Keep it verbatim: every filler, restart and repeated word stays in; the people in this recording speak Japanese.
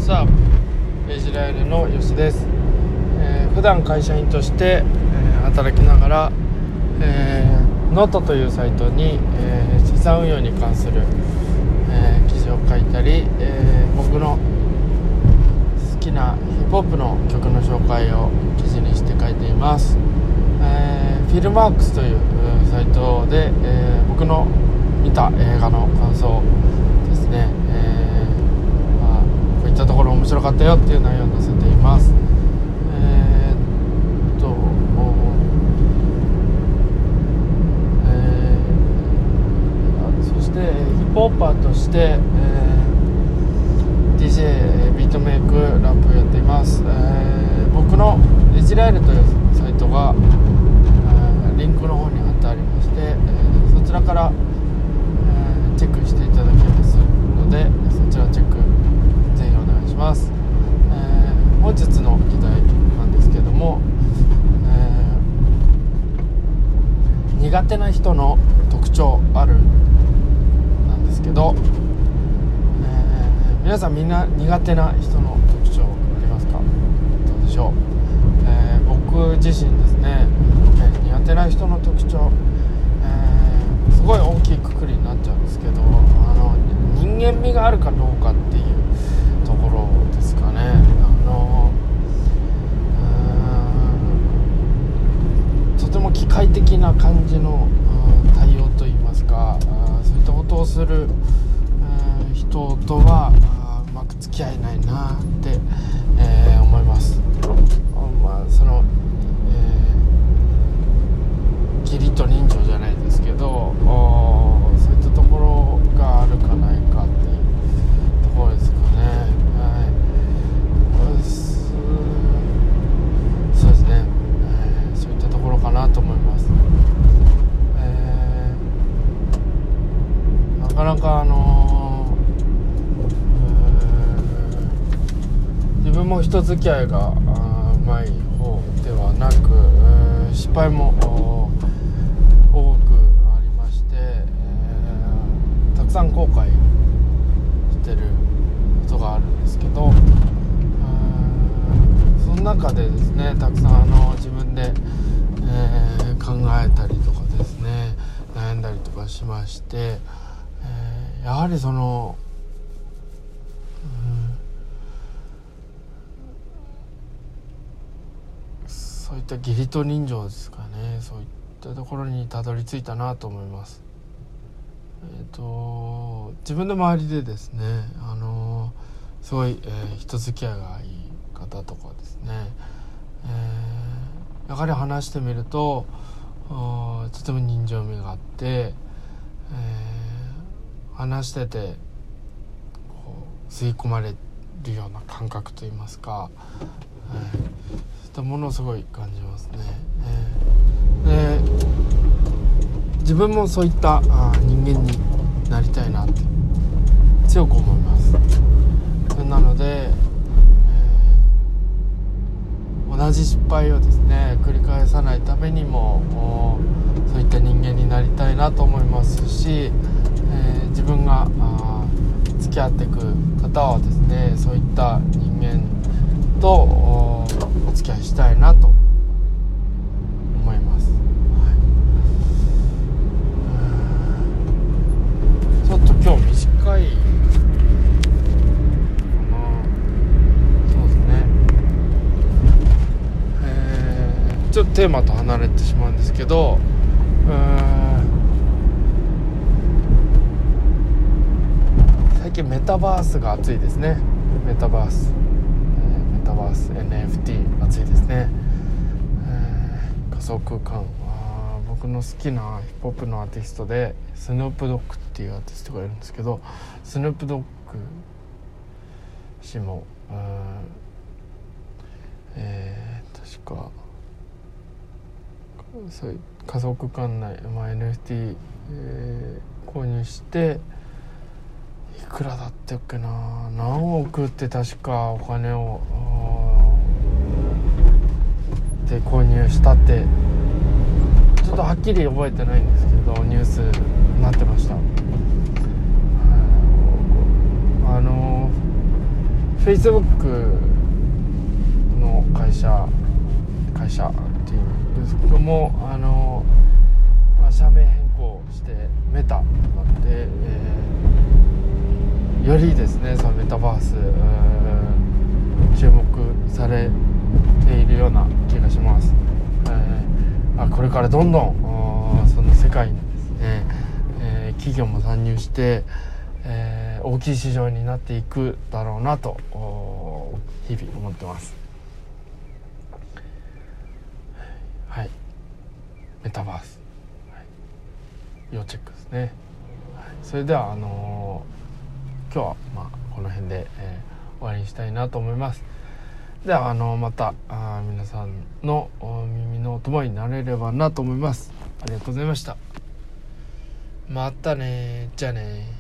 したイジラエルの吉です。えー、普段会社員として、えー、働きながら、えー、ノートというサイトに、えー、資産運用に関する、えー、記事を書いたり、えー、僕の好きなヒップホップの曲の紹介を記事にして書いています。えー、フィルマークスというサイトで、えー、僕の見た映画の感想ですね、えーまあ、こういったところ面白かったよっていう内容を載せています。えー、っと、えー、そしてヒップホッパーとして、えー、ディージェー ビートメイクラップをやっています。えー、僕のイジラエルというサイトがリンクの方に貼ってありまして、えー、そちらから、えー、チェックしていただけますので、そちらチェックぜひお願いします。えー、本日の議題なんですけども、えー、苦手な人の特徴あるなんですけど、えー、皆さんみんな苦手な人の特徴ありますか？どうでしょう？えー、僕自身ですね、苦手な人の特徴、えー、すごい大きい括りになっちゃうんですけど、あの人間味があるかどうかっていうところですかね。あのとても機械的な感じの対応といいますか、そういったことをする人とはうまく付き合えないなって、えー、思います。まあ、その義理と人情じゃないですけど、そういったところがあるかないかっていうところですかね。はい、そうですね、えー、そういったところかなと思います。えー、なかなかあのー、自分も人付き合いがうまい方ではなく、失敗も多くありまして、えー、たくさん後悔してることがあるんですけど、その中でですね、たくさんあの自分で、えー、考えたりとかですね、悩んだりとかしまして、えー、やはりその、うん、そういった義理と人情ですかね、そういったところにたどり着いたなと思います。えーと、自分の周りでですね、あのすごい、えー、人付き合いがいい方とかですね、えー、やはり話してみるととても人情味があって、えー、話しててこう吸い込まれるような感覚といいますか、えー、そういったものをすごい感じますね。えー、で自分もそういったあ人間になりたいなって強く思います。なので、えー、同じ失敗をですね繰り返さないためにもそういった人間になりたいなと思いますし、えー、自分があ付き合っていく方はですねそういった人間と お, お付き合いしたいなと思います。ちょっと今日短いかな。そうですね、えー、ちょっとテーマと離れてしまうんですけど、うーん、最近メタバースが熱いですね。メタバース、えー、メタバース エヌエフティー 熱いですね。えー、仮想空間、僕の好きなヒップホップのアーティストでスヌープドッグっていうアーティストがいるんですけど、スヌープドッグ氏も、えー、確かそういう仮想空間内、まあ、エヌエフティー、えー、購入していくらだったっけな、何億って確かお金をで購入したってちょっとはっきり覚えてないんですけどニュースになってました。あの Facebook の会社会社っていうんですけども、あの、まあ、社名変更してメタとなって、えー、よりですねそのメタバース注目されているような気がします。えー、あこれからどんどんその世界にですね、えー、企業も参入して、えー、大きい市場になっていくだろうなと日々思ってます。はい、メタバース、はい、要チェックですね。はい、それではあのー、今日はまあこの辺で、えー、終わりにしたいなと思います。ではあのまたあ皆さんの耳のお供になれればなと思います。ありがとうございました。またね、じゃあね。